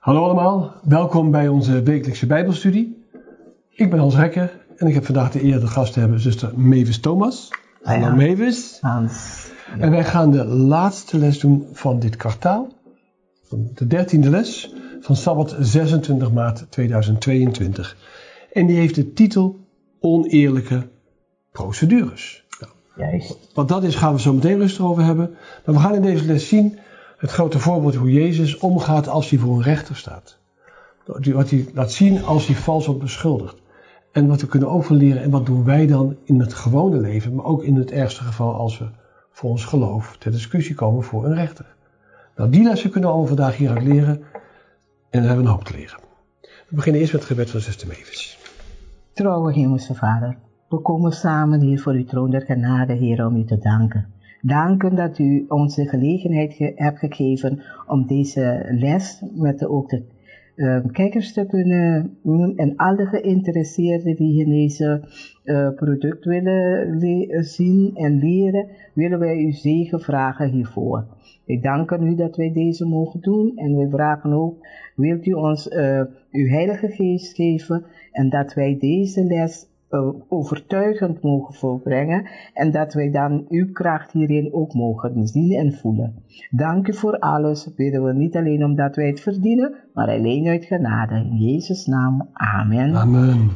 Hallo allemaal, welkom bij onze wekelijkse Bijbelstudie. Ik ben Hans Rekker en ik heb vandaag de eer de gast te hebben zuster Mavis Thomas. Hallo Mavis. Hans. Ja. En wij gaan de laatste les doen van dit kwartaal. De 13e les van Sabbat 26 maart 2022. En die heeft de titel Oneerlijke procedures. Nou, Juist. wat dat is gaan we zo meteen rustig over hebben. Maar we gaan in deze les zien het grote voorbeeld hoe Jezus omgaat als hij voor een rechter staat. Wat hij laat zien als hij vals wordt beschuldigd. En wat we kunnen overleren en wat doen wij dan in het gewone leven, maar ook in het ergste geval als we voor ons geloof ter discussie komen voor een rechter. Nou, die lessen kunnen we allemaal vandaag hieruit leren en daar hebben we een hoop te leren. We beginnen eerst met het gebed van zuster Mavis. Trouwe Hemelse Vader, we komen samen hier voor uw troon der genade, Heer, om u te danken. Danken dat u ons de gelegenheid hebt gegeven om deze les met ook de kijkers te kunnen doen en alle geïnteresseerden die in deze product willen zien en leren, willen wij uw zegen vragen hiervoor. Ik dank u dat wij deze mogen doen en we vragen ook, wilt u ons uw heilige geest geven en dat wij deze les overtuigend mogen volbrengen en dat wij dan uw kracht hierin ook mogen zien en voelen. Dank u voor alles, bidden we niet alleen omdat wij het verdienen, maar alleen uit genade. In Jezus' naam, amen. Amen.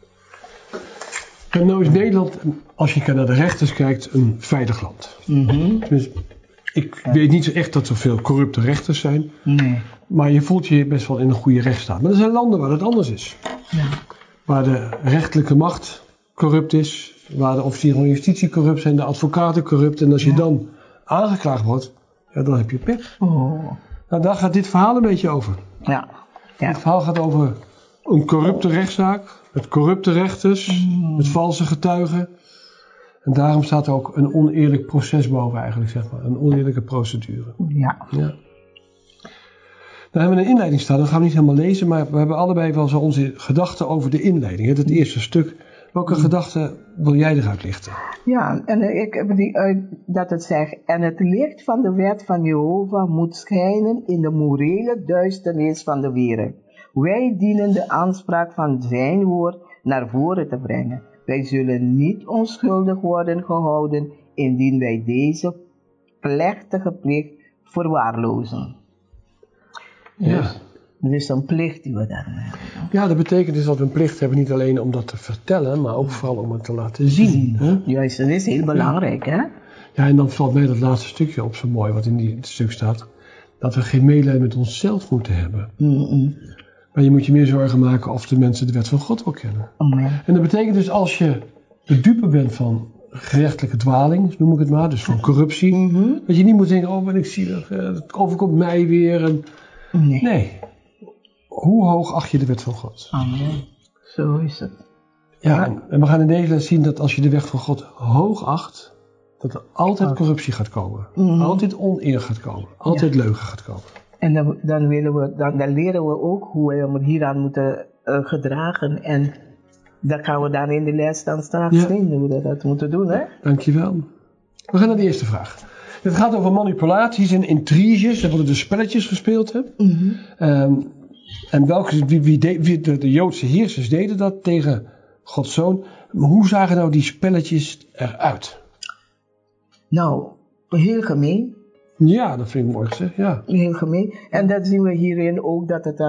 En nou is Nederland, als je naar de rechters kijkt, een veilig land. Dus ik weet niet zo echt dat er veel corrupte rechters zijn, maar je voelt je best wel in een goede rechtsstaat. Maar er zijn landen waar het anders is. Ja. Waar de rechterlijke macht corrupt is, waar de officieren van justitie corrupt zijn, de advocaten corrupt. En als je dan aangeklaagd wordt, ja, dan heb je pech. Oh. Nou, daar gaat dit verhaal een beetje over. Ja. Dit verhaal gaat over een corrupte rechtszaak, met corrupte rechters, met valse getuigen. En daarom staat er ook een oneerlijk proces boven eigenlijk, zeg maar. Een oneerlijke procedure. Ja. Dan hebben we een inleiding staan, dat gaan we niet helemaal lezen, maar we hebben allebei wel zo onze gedachten over de inleiding. Het eerste stuk. Welke gedachten wil jij eruit lichten? Ja, en ik heb dat het zegt, en het licht van de wet van Jehovah moet schijnen in de morele duisternis van de wereld. Wij dienen de aanspraak van zijn woord naar voren te brengen. Wij zullen niet onschuldig worden gehouden indien wij deze plechtige plicht verwaarlozen. Ja. Er is een plicht die we daarmee hebben. Ja, dat betekent dus dat we een plicht hebben, niet alleen om dat te vertellen, maar ook vooral om het te laten zien. Juist, dat is heel belangrijk, hè? Ja, en dan valt mij dat laatste stukje op zo mooi, wat in dit stuk staat. Dat we geen medelijden met onszelf moeten hebben. Maar je moet je meer zorgen maken of de mensen de wet van God wel kennen. Amen. En dat betekent dus als je de dupe bent van gerechtelijke dwaling, noem ik het maar, dus van corruptie. Dat je niet moet denken, oh ben ik zielig, het overkomt mij weer. En nee. Hoe hoog acht je de wet van God? Amen. Zo is het. Ja, en we gaan in deze les zien dat als je de wet van God hoog acht, dat er altijd corruptie gaat komen. Altijd oneer gaat komen. Altijd leugen gaat komen. En dan leren we ook hoe we hieraan moeten gedragen. En dat gaan we dan in de les dan straks zien, hoe we dat moeten doen, hè? Dankjewel. We gaan naar de eerste vraag. Het gaat over manipulaties en intriges. Er worden dus spelletjes gespeeld. Hè? En de Joodse heersers deden dat tegen Gods zoon. Maar hoe zagen nou die spelletjes eruit? Nou, heel gemeen. Ja, dat vind ik mooi gezegd, ja. Heel gemeen. En dat zien we hierin ook dat het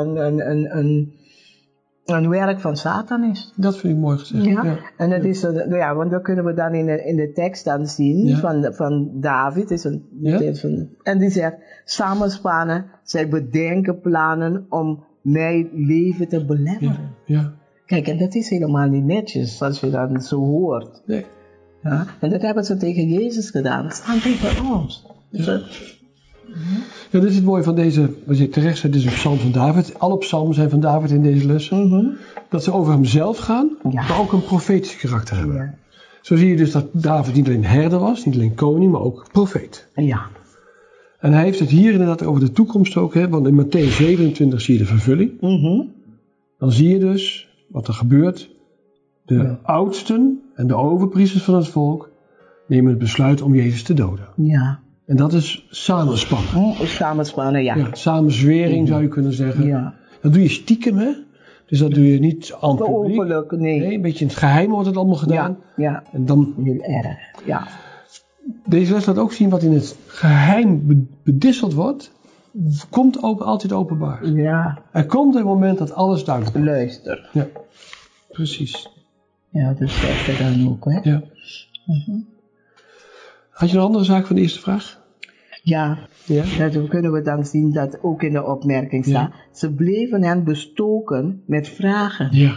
een werk van Satan is. Dat vind ik mooi gezegd, ja. En dat is, want dat kunnen we dan in de tekst dan zien van David. En die zegt, samenspannen, zij bedenken plannen om mijn leven te belemmeren. Ja. Kijk, en dat is helemaal niet netjes, als je dat zo hoort. Nee. Ja? En dat hebben ze tegen Jezus gedaan, dat staan tegen ons. Ja, dit is het mooie van deze, wat je terecht zei, dit is een psalm van David. Alle psalmen zijn van David in deze les. Dat ze over hemzelf gaan, maar ook een profetisch karakter hebben. Ja. Zo zie je dus dat David niet alleen herder was, niet alleen koning, maar ook profeet. Ja. En hij heeft het hier inderdaad over de toekomst ook, hè, want in Mattheüs 27 zie je de vervulling. Dan zie je dus wat er gebeurt. De oudsten en de overpriesters van het volk nemen het besluit om Jezus te doden. Ja. En dat is samenspannen. Samenspannen, ja. Ja, samenzwering zou je kunnen zeggen. Ja. Dat doe je stiekem, hè? Dus dat doe je niet aan het publiek. Openlijk, nee. Een beetje in het geheim wordt het allemaal gedaan. Ja, En dan, heel erg, ja. deze les laat ook zien wat in het geheim bedisseld wordt, komt ook altijd openbaar. Ja, Er komt een moment dat alles duidelijk wordt. luister. Ja, precies. Ja, dat zegt hij dan ook, hè. Ja. Had je een andere zaak van de eerste vraag? Ja, Ja. dat kunnen we dan zien dat ook in de opmerking staat. Ja. Ze bleven hen bestoken met vragen. Ja.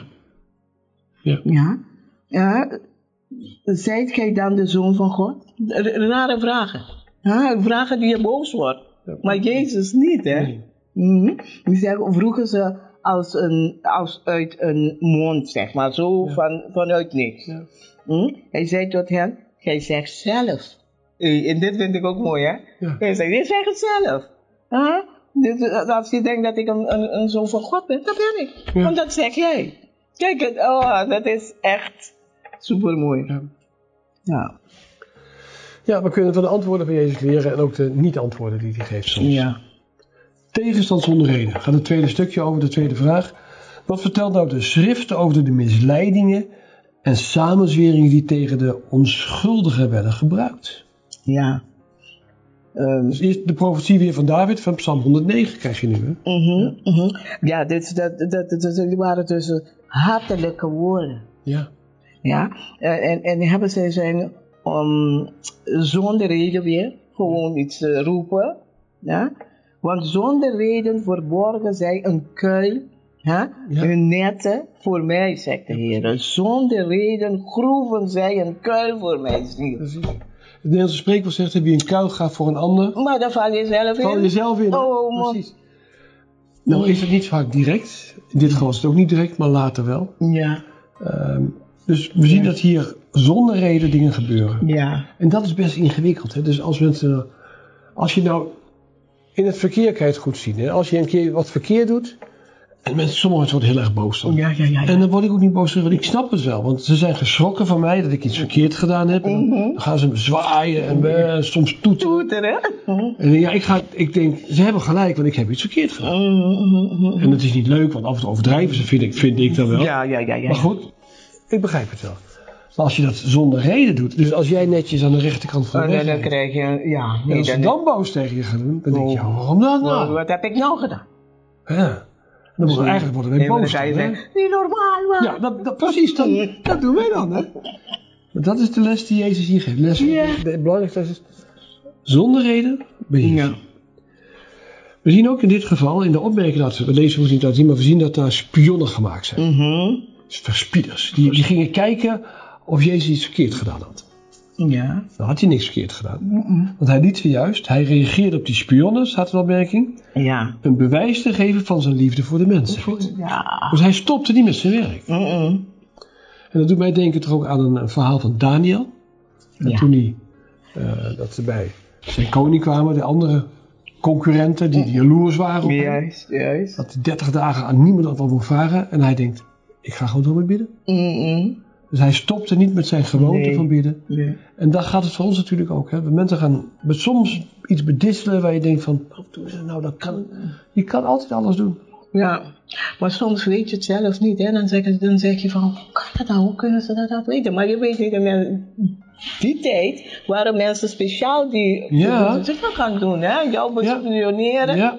Ja. Zijt gij dan de Zoon van God? Rare vragen. Vragen die je boos wordt. Ja. Maar Jezus niet, hè? Nee. Vroegen ze als uit een mond, zeg maar, zo vanuit niks. Ja. Hij zei tot hen, gij zegt zelf. En dit vind ik ook mooi, hè? Ja. Hij zei, je zegt het zelf. Als je denkt dat ik een zoon van God ben, dat ben ik. Ja. Want dat zeg jij. Kijk, dat is echt super mooi. Ja. Ja. Ja, we kunnen van de antwoorden van Jezus leren en ook de niet-antwoorden die hij geeft soms. Ja. Tegenstand zonder reden. Gaat het tweede stukje over de tweede vraag. Wat vertelt nou de schrift over de misleidingen en samenzweringen die tegen de onschuldigen werden gebruikt? Ja. Dus eerst de profetie weer van David van Psalm 109 krijg je nu. Hè? Ja, dat waren dus hartelijke woorden. Ja. Ja, en hebben zij zijn zonder reden weer gewoon iets roepen. Ja? Want zonder reden verborgen zij een kuil, hun netten voor mij, zegt de Heer. Zonder reden groeven zij een kuil voor mij. Precies. Het Nederlandse spreekwoord zegt, wie een kuil gaat voor een ander, Maar dan val je zelf in. val je zelf in. Oh, man. Precies. Nou is het niet vaak direct. In dit geval is het ook niet direct, maar later wel. Ja. Dus we zien dat hier zonder reden dingen gebeuren. Ja. En dat is best ingewikkeld. Hè? Dus als je nou in het verkeer kan je het goed zien. Hè? Als je een keer wat verkeer doet, en sommige mensen worden heel erg boos dan. Ja. En dan word ik ook niet boos terug, want ik snap het wel. Want ze zijn geschrokken van mij dat ik iets verkeerd gedaan heb. En dan gaan ze me zwaaien en soms toeteren. Toeteren. En ja, ik denk, ze hebben gelijk, want ik heb iets verkeerd gedaan. En het is niet leuk, want af en toe overdrijven ze, vind ik dan wel. Ja. Maar goed, ik begrijp het wel. Maar als je dat zonder reden doet, dus als jij netjes aan de rechterkant van de weg Dan rijdt, krijg je, en als ze dan boos tegen je gaan doen, dan denk je, waarom dan nou? Wat heb ik nou gedaan? Ja. Dan eigenlijk worden wij boos. Dan ga je zeggen, niet normaal man. Ja, precies, dat doen wij dan. Hè? Maar dat is de les die Jezus hier geeft. De belangrijkste les is, zonder reden ben je. Ja. We zien ook in dit geval, in de opmerking, we lezen hoe ze niet laten zien, maar we zien dat daar spionnen gemaakt zijn. Verspieders. Die gingen kijken of Jezus iets verkeerd gedaan had. Ja. Dan had hij niks verkeerd gedaan. Want hij liet ze juist, hij reageerde op die spionnen, staat in de opmerking, een bewijs te geven van zijn liefde voor de mensen. Ja. Dus hij stopte niet met zijn werk. En dat doet mij denken toch ook aan een verhaal van Daniel. En toen hij, dat ze bij zijn koning kwamen, de andere concurrenten die jaloers waren op hem. Juist. Dat hij 30 dagen aan niemand wat wil vragen. En hij denkt, ik ga gewoon door met bidden. Dus hij stopte niet met zijn gewoonte van bidden. Nee. En daar gaat het voor ons natuurlijk ook. Hè. Mensen gaan soms iets bedisselen waar je denkt van, wat doen ze nou? Je kan altijd alles doen. Ja, maar soms weet je het zelf niet. Hè? Dan zeg je van, hoe kan dat nou? Hoe kunnen ze dat weten? Maar je weet niet, die tijd waren mensen speciaal die dingen gaan doen. Hè? Jou bespioneren. Ja.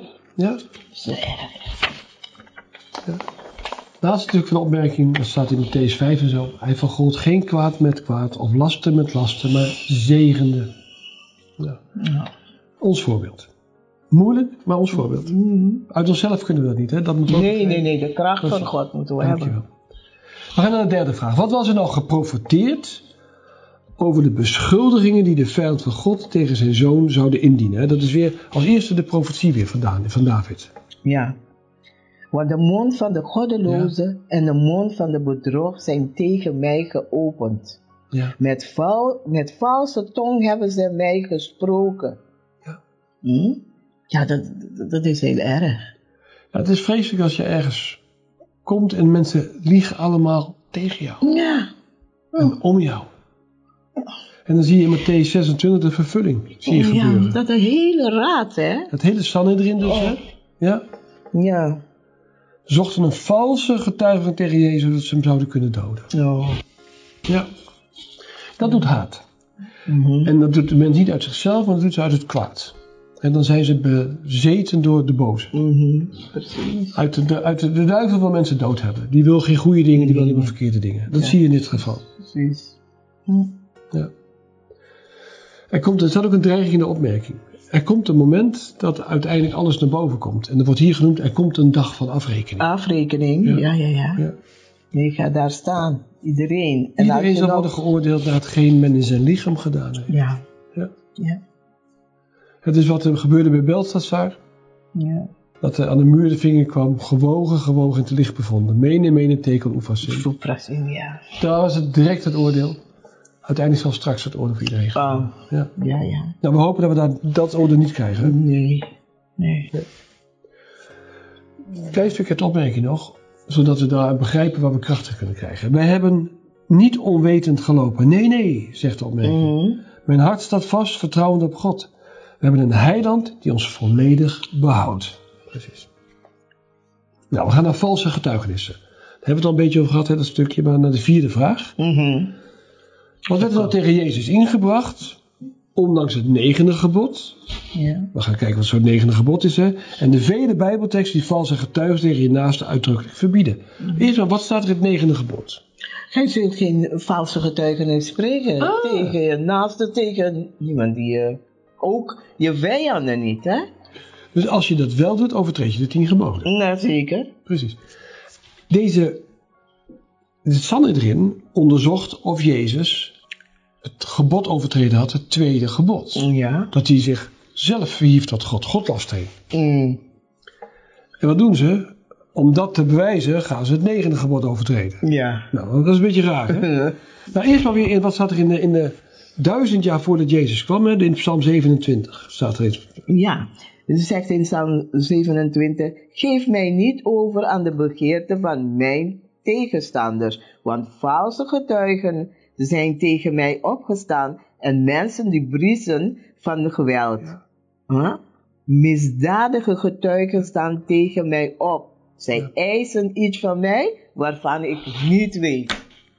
Laatste stuk van de opmerking, dat staat in Mattheüs 5 en zo. Hij vergold geen kwaad met kwaad of laster met laster, maar zegende. Ja. Ons voorbeeld. Moeilijk, maar ons voorbeeld. Uit onszelf kunnen we dat niet, hè? Dat moet nee, de kracht van God moeten we hebben. We gaan naar de derde vraag. Wat was er nou geprofeteerd over de beschuldigingen die de vijand van God tegen zijn zoon zouden indienen? Dat is weer als eerste de profetie weer van David. Ja. Want de mond van de goddeloze en de mond van de bedrog zijn tegen mij geopend. Ja. Met valse tong hebben ze mij gesproken. Ja. Ja, dat is heel erg. Ja, het is vreselijk als je ergens komt en mensen liegen allemaal tegen jou. Ja. En om jou. En dan zie je in Mattheüs 26 de vervulling. Zie je gebeuren. Dat een hele raad, hè? Het hele Sanhedrin dus, hè? Ja. Ja. Zochten een valse getuiging tegen Jezus dat ze hem zouden kunnen doden. Oh. Ja. Dat doet haat. En dat doet de mens niet uit zichzelf, maar dat doet ze uit het kwaad. En dan zijn ze bezeten door de boze. Precies. Uit de duivel wil mensen dood hebben. Die wil geen goede dingen, die wil alleen maar verkeerde dingen. Dat zie je in dit geval. Precies. Ja. Er staat ook een dreiging in de opmerking. Er komt een moment dat uiteindelijk alles naar boven komt. En er wordt hier genoemd, er komt een dag van afrekening. Afrekening, ja. Je gaat daar staan. Iedereen. En Iedereen zal worden geoordeeld naar hetgeen men in zijn lichaam gedaan heeft. Ja. Het is wat er gebeurde bij Beltsassar. Ja. Dat er aan de muur de vinger kwam, gewogen en te licht bevonden. Mene tekel oefasim. Ja. Daar was het direct het oordeel. Uiteindelijk zal straks het oordeel voor iedereen gaan. Ja. Nou, we hopen dat we dat oordeel niet krijgen. Nee. Een klein stukje het opmerking nog, zodat we daar begrijpen waar we krachten kunnen krijgen. Wij hebben niet onwetend gelopen. Nee, zegt de opmerking. Mijn hart staat vast, vertrouwend op God. We hebben een heiland die ons volledig behoudt. Precies. Nou, we gaan naar valse getuigenissen. Daar hebben we het al een beetje over gehad, dat stukje, maar naar de vierde vraag. Wat werd er nou tegen Jezus ingebracht? Ondanks het 9e gebod. Ja. We gaan kijken wat zo'n 9e gebod is. Hè? En de vele bijbelteksten die valse getuigen tegen je naaste uitdrukkelijk verbieden. Eerst maar, wat staat er in het 9e gebod? Gij zult geen valse getuigenis spreken tegen je naaste, tegen iemand die ook je vijanden niet, hè? Dus als je dat wel doet, overtreed je de 10 geboden. Nou, zeker. Precies. Het Sanhedrin onderzocht of Jezus het gebod overtreden had, het 2e gebod. Ja. Dat hij zichzelf verhief tot God, godlastering. En wat doen ze? Om dat te bewijzen gaan ze het 9e gebod overtreden. Ja. Nou, dat is een beetje raar, hè? Nou, eerst maar weer in, wat staat er in de 1000 jaar voordat Jezus kwam, hè? In Psalm 27 staat er iets. Ja, ze zegt in Psalm 27, geef mij niet over aan de begeerte van mijn tegenstanders, want valse getuigen zijn tegen mij opgestaan en mensen die briezen van de geweld. Misdadige getuigen staan tegen mij op. Zij eisen iets van mij waarvan ik niet weet.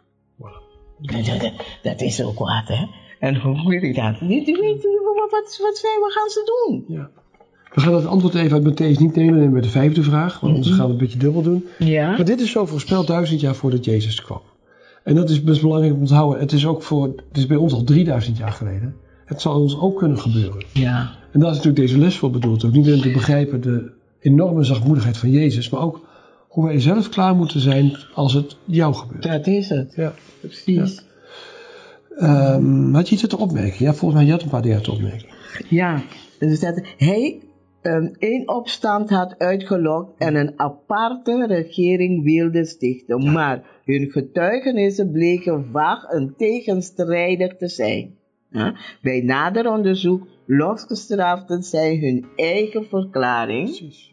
Dat is ook wat, hè? En hoe moet ik dat? Niet weten wat gaan ze doen? Ja. We gaan het antwoord even uit Mattheüs niet nemen met de 5e vraag, want anders gaan we het een beetje dubbel doen. Ja. Maar dit is zo voorspeld 1000 jaar voordat Jezus kwam. En dat is best belangrijk om te houden. Het is bij ons al 3000 jaar geleden. Het zal ons ook kunnen gebeuren. Ja. En daar is natuurlijk deze les voor bedoeld. Ook niet alleen te begrijpen de enorme zachtmoedigheid van Jezus, maar ook hoe wij zelf klaar moeten zijn als het jou gebeurt. Dat is het. Ja. Precies. Ja. Had je iets te opmerken? Ja, volgens mij had je een paar dingen te opmerken. Ja, dus dat hij een opstand had uitgelokt en een aparte regering wilde stichten. Maar hun getuigenissen bleken vaag en tegenstrijdig te zijn. Bij nader onderzoek losgestraften zij hun eigen verklaring. Precies.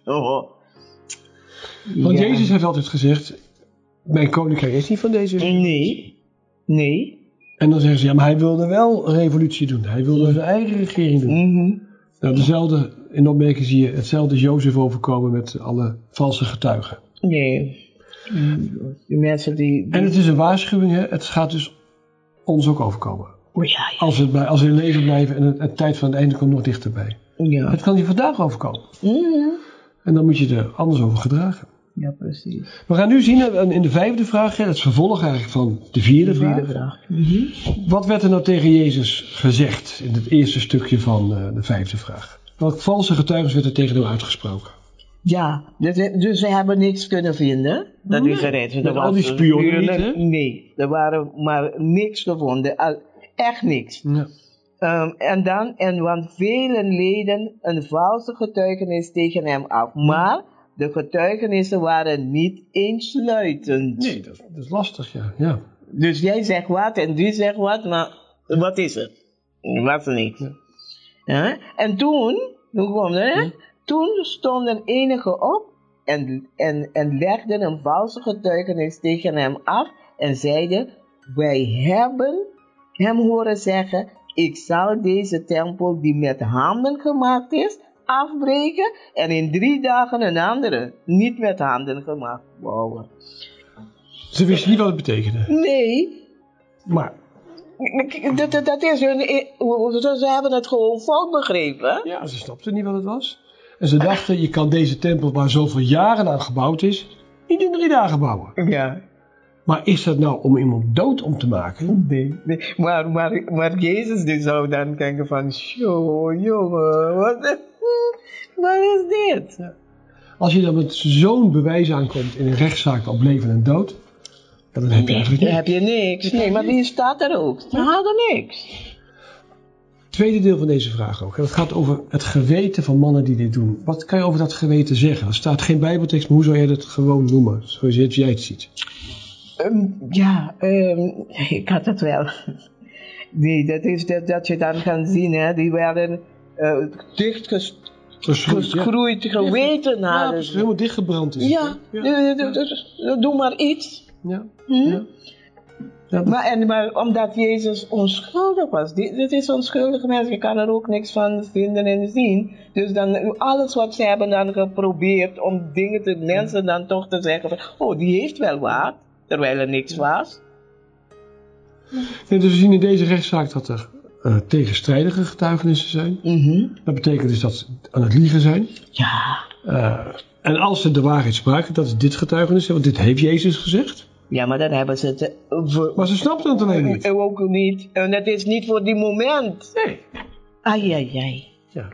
Want Jezus heeft altijd gezegd, mijn koninkrijk is niet van deze wereld. Nee. En dan zeggen ze, ja, maar hij wilde wel een revolutie doen. Hij wilde zijn eigen regering doen. Nou, in de opmerking zie je hetzelfde Jozef overkomen met alle valse getuigen. Nee. Die mensen die... En het is een waarschuwing, hè? Het gaat dus ons ook overkomen. Als we in leven blijven en het tijd van het einde komt nog dichterbij. Ja. Het kan je vandaag overkomen. En dan moet je er anders over gedragen. Ja, precies. We gaan nu zien in de 5e vraag, het vervolg eigenlijk van de 4e vraag. Wat werd er nou tegen Jezus gezegd in het eerste stukje van de 5e vraag? Welke valse getuigen werd er tegen hem uitgesproken? Ja, dus we hebben niks kunnen vinden. Dat is eruit. Met al die spionnen niet, hè? Nee, er waren maar niks gevonden. Echt niks. Ja. Want velen leden een valse getuigenis tegen hem af. Maar de getuigenissen waren niet eensluitend. Nee, dat is lastig, ja. Dus jij zegt wat en die zegt wat, maar wat is het? Was er niks. Ja. En toen kwam er, toen stonden enigen op en legden een valse getuigenis tegen hem af en zeiden, wij hebben hem horen zeggen: ik zal deze tempel die met handen gemaakt is, afbreken en in 3 dagen een andere, niet met handen gemaakt, bouwen. Ze wisten niet wat het betekende. Nee. Maar Dat is hun, ze hebben het gewoon fout begrepen. ja, ze snapten niet wat het was. En ze dachten, je kan deze tempel waar zoveel jaren aan gebouwd is, niet in 3 dagen bouwen. Ja. Maar is dat nou om iemand dood om te maken? Nee. Maar Jezus die zou dan denken van, jongen, wat is dit? Ja. Als je dan met zo'n bewijs aankomt in een rechtszaak op leven en dood, dan heb je eigenlijk Dan heb je niks. Nee, maar die staat er ook. Ze hadden niks. Tweede deel van deze vraag ook. Dat gaat over het geweten van mannen die dit doen. Wat kan je over dat geweten zeggen? Er staat geen bijbeltekst, maar hoe zou jij dat gewoon noemen? Zoals jij het ziet. Ik had het wel. Nee, dat is dat je dan kan zien, hè. Die werden dichtgegroeid, geweten hadden. Ja, het is helemaal dichtgebrand. Is ja, doe maar iets. Ja. Ja, maar omdat Jezus onschuldig was, dit is onschuldige mensen, je kan er ook niks van vinden en zien. Dus dan alles wat ze hebben dan geprobeerd om dingen te mensen dan toch te zeggen van, oh, die heeft wel wat, terwijl er niks was. Ja, dus we zien in deze rechtszaak dat er tegenstrijdige getuigenissen zijn. Dat betekent dus dat ze aan het liegen zijn. Ja. En als ze de waarheid spraken, dat is dit getuigenis, want dit heeft Jezus gezegd. Ja, maar dan hebben ze het... Maar ze snapten het alleen niet. Ook niet. En het is niet voor die moment. Nee. Ai. Ja.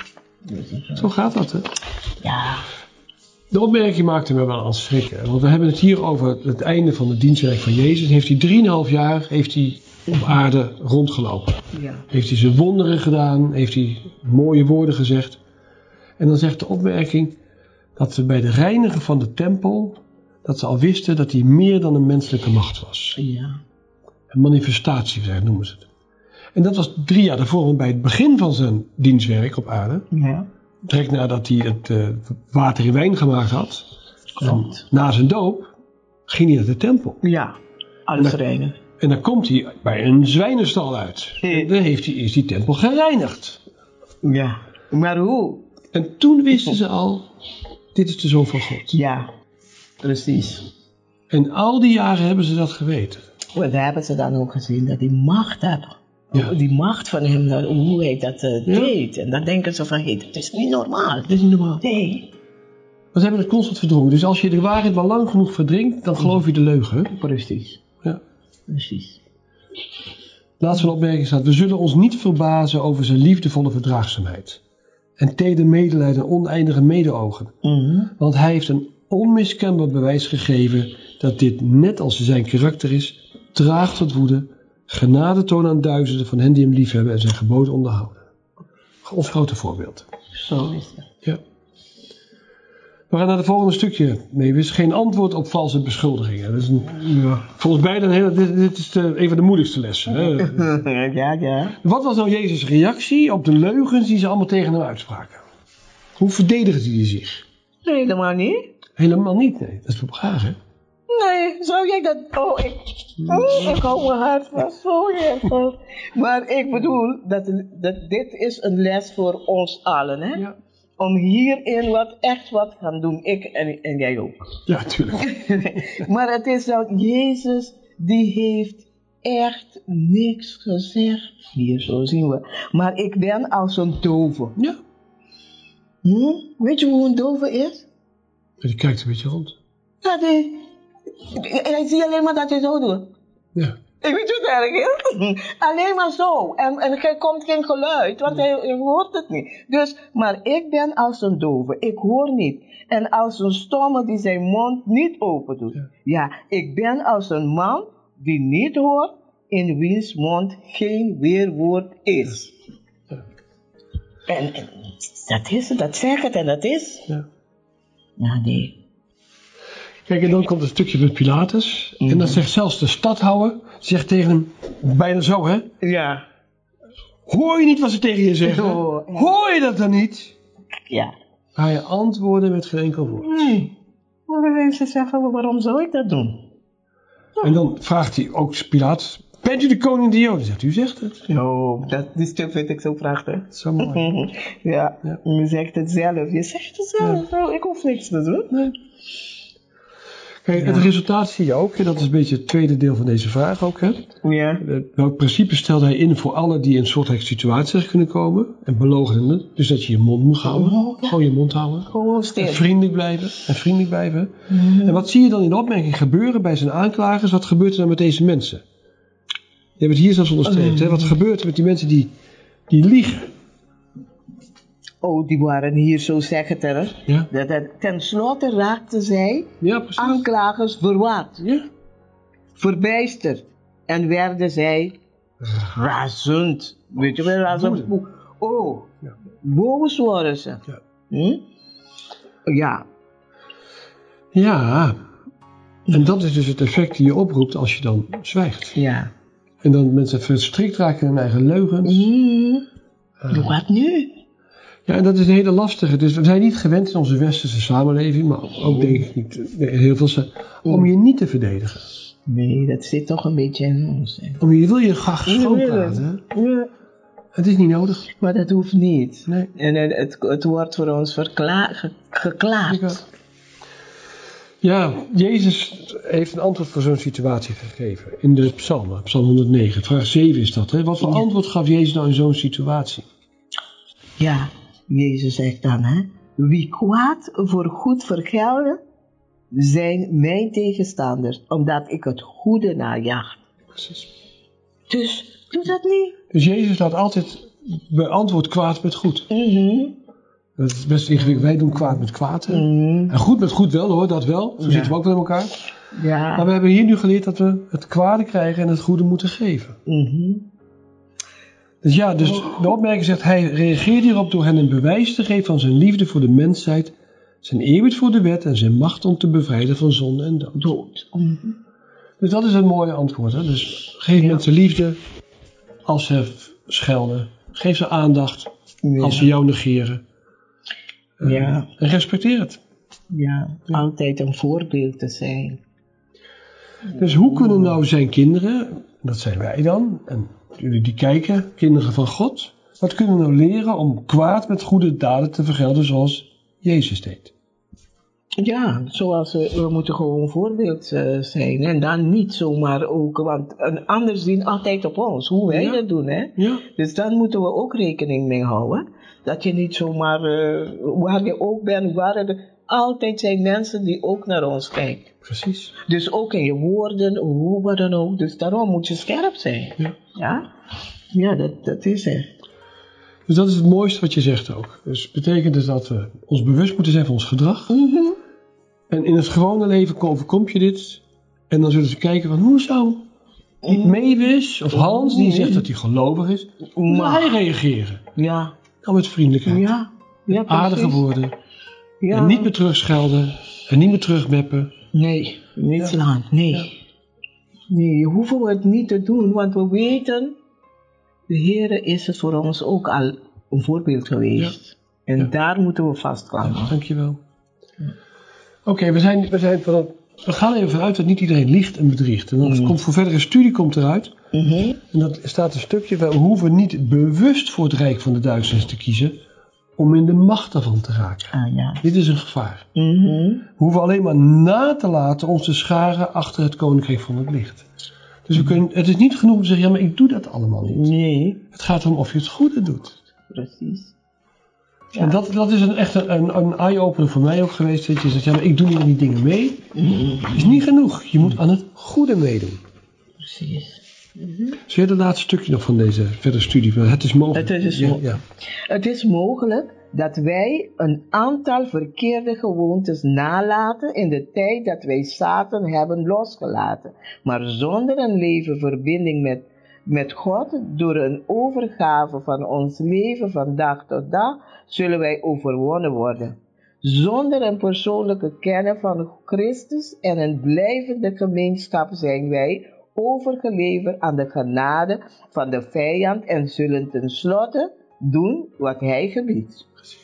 Zo gaat dat, hè? Ja. De opmerking maakte me wel aan het schrikken. Want we hebben het hier over het einde van het dienstwerk van Jezus. Heeft hij 3,5 jaar op aarde rondgelopen. Ja. Heeft hij zijn wonderen gedaan. Heeft hij mooie woorden gezegd. En dan zegt de opmerking dat ze bij de reinigen van de tempel, dat ze al wisten dat hij meer dan een menselijke macht was. Ja. Een manifestatie, noemen ze het. En dat was 3 jaar daarvoor, want bij het begin van zijn dienstwerk op aarde, Ja. direct nadat hij het water in wijn gemaakt had, na zijn doop, ging hij naar de tempel. Ja, alles reinigen. En dan komt hij bij een zwijnenstal uit. En dan is die tempel gereinigd. Ja, maar hoe? En toen wisten ze al, dit is de Zoon van God. Ja, precies. En al die jaren hebben ze dat geweten. Wat hebben ze dan ook gezien? Dat die macht hebben. Ja. Die macht van hem, hoe hij dat deed. En dan denken ze van, dat is niet normaal. Dat is niet normaal. Nee. Maar ze hebben het constant verdrongen. Dus als je de waarheid wel lang genoeg verdrinkt, dan geloof je de leugen. Precies. Ja. Precies. Laatste van de opmerking staat: we zullen ons niet verbazen over zijn liefdevolle verdraagzaamheid. En teder medelijden en oneindige medeogen. Want hij heeft een onmiskenbaar bewijs gegeven dat dit, net als zijn karakter is, traag tot woede, genade tonen aan duizenden van hen die hem liefhebben en zijn geboden onderhouden. Ons grote voorbeeld. Zo is het. Ja. We gaan naar het volgende stukje. Nee, er is geen antwoord op valse beschuldigingen. Dat is volgens mij dit is een van de moeilijkste lessen. Hè? Ja. Wat was nou Jezus' reactie op de leugens die ze allemaal tegen hem uitspraken? Hoe verdedigen die zich? Helemaal niet. Helemaal niet, nee. Dat is voor graag, hè? Nee, zou jij dat... ik hou mijn hart vast. Maar ik bedoel, dat dit is een les voor ons allen, hè? Ja. Om hierin echt wat gaan doen. Ik en jij ook. Ja, tuurlijk. Maar het is wel, Jezus, die heeft echt niks gezegd. Hier, zo zien we. Maar ik ben als een dove. Ja. Weet je hoe een dove is? Die kijkt een beetje rond. Ja, hij ziet alleen maar dat hij zo doet. Ja. Ik weet hoe het erg is. Alleen maar zo. En er komt geen geluid, want hij hoort het niet. Dus, maar ik ben als een dove. Ik hoor niet. En als een stomme die zijn mond niet open doet. Ja, ik ben als een man die niet hoort, in wiens mond geen weerwoord is. Ja. En dat is het, dat zegt het en dat is. Ja. Ja, nee. Kijk, en dan komt een stukje met Pilatus. En dan zegt zelfs de stadhouder, zegt tegen hem, bijna zo, hè? Ja. Hoor je niet wat ze tegen je zeggen? Hoor je dat dan niet? Ja. Hij antwoordde met geen enkel woord. Maar ze zeggen, waarom zou ik dat doen? En dan vraagt hij ook Pilatus, Bent u de koning der Joden? Zegt u, zegt het. Oh, die stuk vind ik zo prachtig. Dat is zo mooi. Ja, je zegt het zelf. Je zegt het zelf. Ja. Oh, ik hoef niks te doen. Nee. Kijk, het resultaat zie je ook. Hè? Dat is een beetje het tweede deel van deze vraag ook. Hè? Ja. Welk principe stelde hij in voor allen die in een soortgelijke situatie terecht kunnen komen? En beloochenen. Dus dat je je mond moet houden. Oh, ja. Gewoon je mond houden. Gewoon stil. En vriendelijk blijven. En wat zie je dan in de opmerking gebeuren bij zijn aanklagers? Wat gebeurt er dan met deze mensen? Je hebt het hier zelfs onderstreept. Hè? Wat gebeurt er met die mensen die liegen? Oh, die waren hier zo zeggen. Ja. Ten slotte raakten zij, Ja, precies. aanklagers, verwaard, Ja. verbijsterd. En werden zij razend. Weet je wel, razend? Oh, Ja. boos worden ze. Ja. Ja. Ja. En dat is dus het effect die je oproept als je dan zwijgt. Ja. En dan mensen verstrikt raken in hun eigen leugens. Wat nu? Ja, en dat is een hele lastige. Dus we zijn niet gewend in onze westerse samenleving, maar ook denk ik niet heel veel, om je niet te verdedigen. Nee, dat zit toch een beetje in ons. Je wil je graag schoonpraten. Ja. Het is niet nodig. Maar dat hoeft niet. Nee. En het wordt voor ons geklaagd. Ja, Jezus heeft een antwoord voor zo'n situatie gegeven. In de psalmen, psalm 109, vraag 7 is dat. Hè? Wat voor antwoord gaf Jezus nou in zo'n situatie? Ja, Jezus zegt dan, hè. Wie kwaad voor goed vergelden, zijn mijn tegenstanders, omdat ik het goede najaag. Precies. Dus doe dat niet. Dus Jezus laat altijd beantwoord kwaad met goed. Dat is best ingewikkeld. Wij doen kwaad met kwaad. En goed met goed wel hoor, dat wel. Zo zitten we ook wel in elkaar. Ja. Maar we hebben hier nu geleerd dat we het kwade krijgen en het goede moeten geven. Dus ja, de opmerking zegt, hij reageert hierop door hen een bewijs te geven van zijn liefde voor de mensheid, zijn eerbied voor de wet en zijn macht om te bevrijden van zonde en dood. Dus dat is een mooie antwoord. Hè? Dus geef mensen liefde als ze schelden. Geef ze aandacht als ze jou negeren. En respecteer het. Ja, altijd een voorbeeld te zijn. Dus hoe kunnen nou zijn kinderen, dat zijn wij dan, en jullie die kijken, kinderen van God, wat kunnen we nou leren om kwaad met goede daden te vergelden zoals Jezus deed? Ja, zoals we moeten gewoon voorbeeld zijn. En dan niet zomaar ook, want een ander zien altijd op ons, hoe wij dat doen. Hè? Ja. Dus daar moeten we ook rekening mee houden. Dat je niet zomaar, waar je ook bent, altijd zijn mensen die ook naar ons kijken. Precies. Dus ook in je woorden, hoe dan ook. Dus daarom moet je scherp zijn. Ja, dat is het. Dus dat is het mooiste wat je zegt ook. Dus het betekent dus dat we ons bewust moeten zijn van ons gedrag. En in het gewone leven overkomt je dit. En dan zullen ze kijken van hoe zou Mavis of Hans, die zegt dat hij gelovig is, hoe zou hij reageren? Ja. Nou, met vriendelijkheid. Ja, aardige woorden. Ja. En niet meer terugschelden. En niet meer terugmeppen. Nee, niet slaan. Nee. Nee, hoeven we het niet te doen, want we weten, de Heer is het voor ons ook al een voorbeeld geweest. En daar moeten we vastklampen. Dankjewel. Oké, we gaan even vanuit dat niet iedereen liegt en bedriegt. En dan komt voor verdere studie eruit. En dat staat een stukje, we hoeven niet bewust voor het rijk van de duisternis te kiezen, om in de macht daarvan te raken. Dit is een gevaar. We hoeven alleen maar na te laten ons te scharen achter het koninkrijk van het licht. Dus het is niet genoeg om te zeggen, ja, maar ik doe dat allemaal niet. Nee. Het gaat erom of je het goede doet. Precies. Ja. En dat is echt een eye-opener voor mij ook geweest. Dat je zegt, ja, maar ik doe niet aan die dingen mee. Dat is niet genoeg. Je moet aan het goede meedoen. Precies. Zie je het laatste stukje nog van deze verdere studie? Het is mogelijk. Het is mogelijk dat wij een aantal verkeerde gewoontes nalaten in de tijd dat wij Satan hebben losgelaten. Maar zonder een leven verbinding met God, door een overgave van ons leven van dag tot dag, zullen wij overwonnen worden. Zonder een persoonlijke kennis van Christus en een blijvende gemeenschap zijn wij overgeleverd aan de genade van de vijand en zullen tenslotte doen wat hij gebiedt.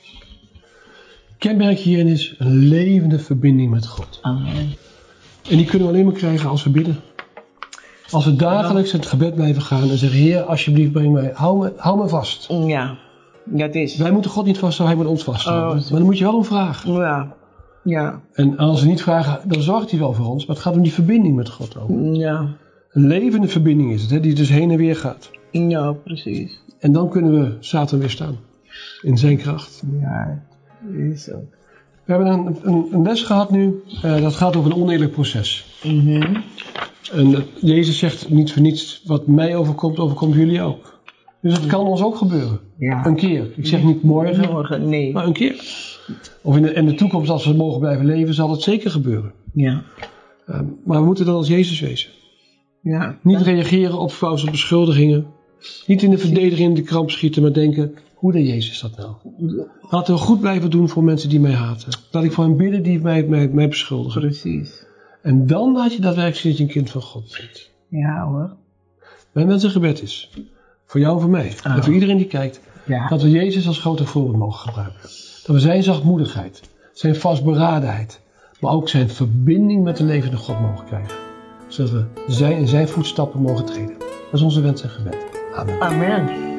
Kenmerk hierin is een levende verbinding met God. Amen. En die kunnen we alleen maar krijgen als we bidden. Als we dagelijks het gebed blijven gaan en zeggen, Heer, alsjeblieft breng mij, hou me vast. Ja, dat is. Wij moeten God niet vasthouden, hij moet ons vasthouden. Maar dan moet je wel om vragen. Ja. Ja. En als we niet vragen, dan zorgt hij wel voor ons. Maar het gaat om die verbinding met God ook. Ja. Een levende verbinding is het, hè, die dus heen en weer gaat. Ja, precies. En dan kunnen we Satan weerstaan. In zijn kracht. Ja, is zo. We hebben een les gehad nu. Dat gaat over een oneerlijk proces. En Jezus zegt niet voor niets, wat mij overkomt, overkomt jullie ook. Dus het kan ons ook gebeuren. Ja. Een keer. Ik zeg niet morgen, nee. maar een keer. Of in de toekomst, als we mogen blijven leven, zal het zeker gebeuren. Ja. Maar we moeten dan als Jezus wezen. Ja. Niet reageren op foute beschuldigingen. Niet in de verdediging in de kramp schieten, maar denken, hoe deed Jezus dat nou? Laten we goed blijven doen voor mensen die mij haten. Laat ik voor hen bidden die mij beschuldigen. Precies. En dan laat je daadwerkelijk zien dat je een kind van God bent. Ja hoor. Mijn wensengebed is, voor jou en voor mij, en voor iedereen die kijkt, dat we Jezus als grote voorbeeld mogen gebruiken. Dat we zijn zachtmoedigheid, zijn vastberadenheid, maar ook zijn verbinding met de levende God mogen krijgen. Zodat we in zijn voetstappen mogen treden. Dat is onze wens en gebed. Amen. Amen.